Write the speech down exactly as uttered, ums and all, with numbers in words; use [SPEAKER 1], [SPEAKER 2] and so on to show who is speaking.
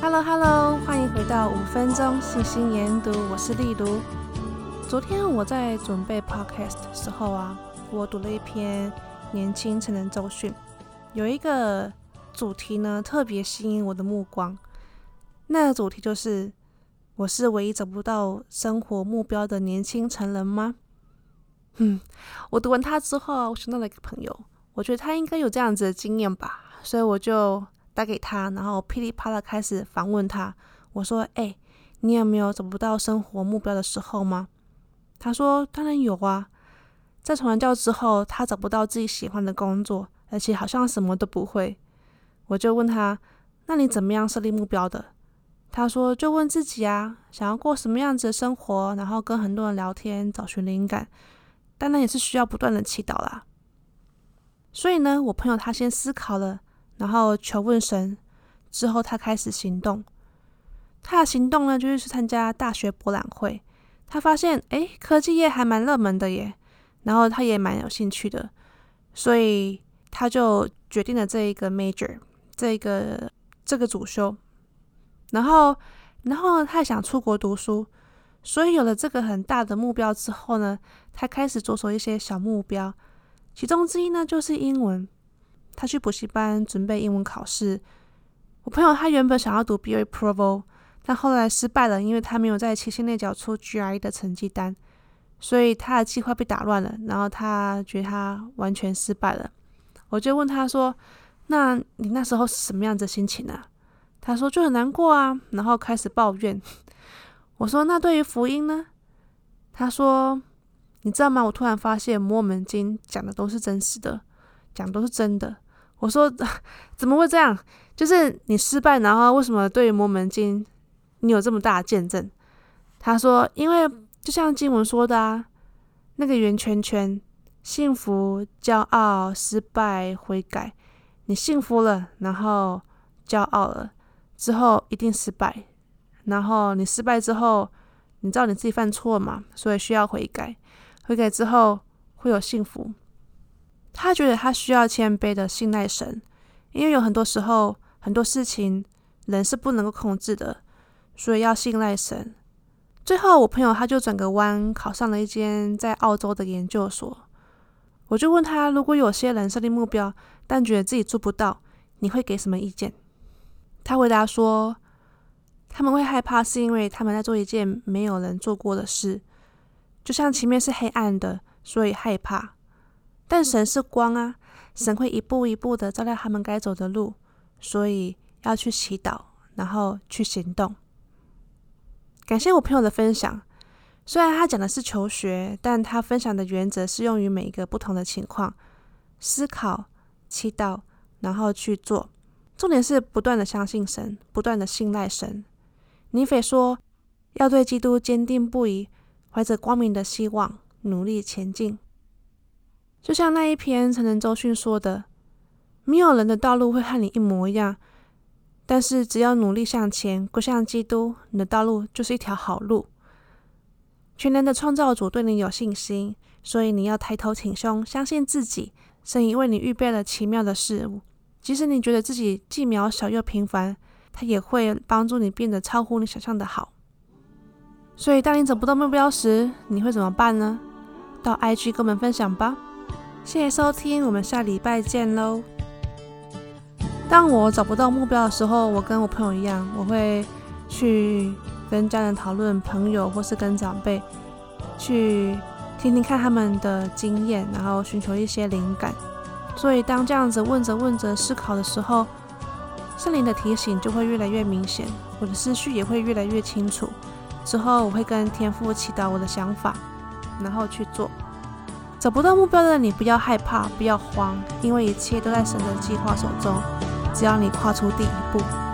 [SPEAKER 1] Hello Hello， 欢迎回到五分钟细心研读，我是丽如。昨天我在准备 podcast 的时候啊，我读了一篇年轻成人周讯，有一个主题呢特别吸引我的目光。那个主题就是我是唯一找不到生活目标的年轻成人吗？嗯，我读完它之后啊，我想到了一个朋友，我觉得他应该有这样子的经验吧，所以我就打给他，然后噼里啪啦开始访问他。我说：哎、欸，你有没有找不到生活目标的时候吗？他说：当然有啊。在传完教之后，他找不到自己喜欢的工作，而且好像什么都不会。我就问他：那你怎么样设立目标的？他说：就问自己啊，想要过什么样子的生活，然后跟很多人聊天，找寻灵感。当然也是需要不断的祈祷啦。所以呢，我朋友他先思考了，然后求问神，之后他开始行动。他的行动呢，就是去参加大学博览会。他发现，诶，科技业还蛮热门的耶，然后他也蛮有兴趣的，所以他就决定了这一个 major， 这个这个主修。然后，然后他想出国读书，所以有了这个很大的目标之后呢，他开始着手一些小目标，其中之一呢就是英文。他去补习班准备英文考试。我朋友他原本想要读 B A Provo， 但后来失败了，因为他没有在期限内缴出 G R E 的成绩单，所以他的计划被打乱了，然后他觉得他完全失败了。我就问他说：那你那时候是什么样子的心情啊？他说就很难过啊，然后开始抱怨。我说那对于福音呢？他说你知道吗？我突然发现摩门经讲的都是真实的，讲的都是真的。我说怎么会这样？就是你失败，然后为什么对于摩门经你有这么大的见证？他说因为就像经文说的啊，那个圆圈圈，幸福、骄傲、失败、悔改。你幸福了，然后骄傲了，之后一定失败。然后你失败之后，你知道你自己犯错嘛，所以需要悔改。悔改之后会有幸福。他觉得他需要谦卑的信赖神，因为有很多时候很多事情人是不能够控制的，所以要信赖神。最后我朋友他就转个弯，考上了一间在澳洲的研究所。我就问他，如果有些人设定目标，但觉得自己做不到，你会给什么意见？他回答说，他们会害怕是因为他们在做一件没有人做过的事，就像前面是黑暗的，所以害怕。但神是光啊，神会一步一步的照亮他们该走的路，所以要去祈祷，然后去行动。感谢我朋友的分享，虽然他讲的是求学，但他分享的原则适用于每一个不同的情况，思考、祈祷，然后去做。重点是不断的相信神，不断的信赖神。尼斐说，要对基督坚定不移，怀着光明的希望，努力前进。就像那一篇成人周讯说的，没有人的道路会和你一模一样，但是只要努力向前，归向基督，你的道路就是一条好路。全能的创造主对你有信心，所以你要抬头挺胸，相信自己，神已为你预备了奇妙的事物。即使你觉得自己既渺小又平凡，他也会帮助你变得超乎你想象的好。所以当你找不到目标时，你会怎么办呢？到 I G 跟我们分享吧。谢谢收听，我们下礼拜见咯。当我找不到目标的时候，我跟我朋友一样，我会去跟家人讨论，朋友或是跟长辈去听听看他们的经验，然后寻求一些灵感。所以当这样子问着问着思考的时候，圣灵的提醒就会越来越明显，我的思绪也会越来越清楚。之后我会跟天父祈祷我的想法，然后去做。找不到目标的你不要害怕，不要慌，因为一切都在神的计划手中，只要你跨出第一步。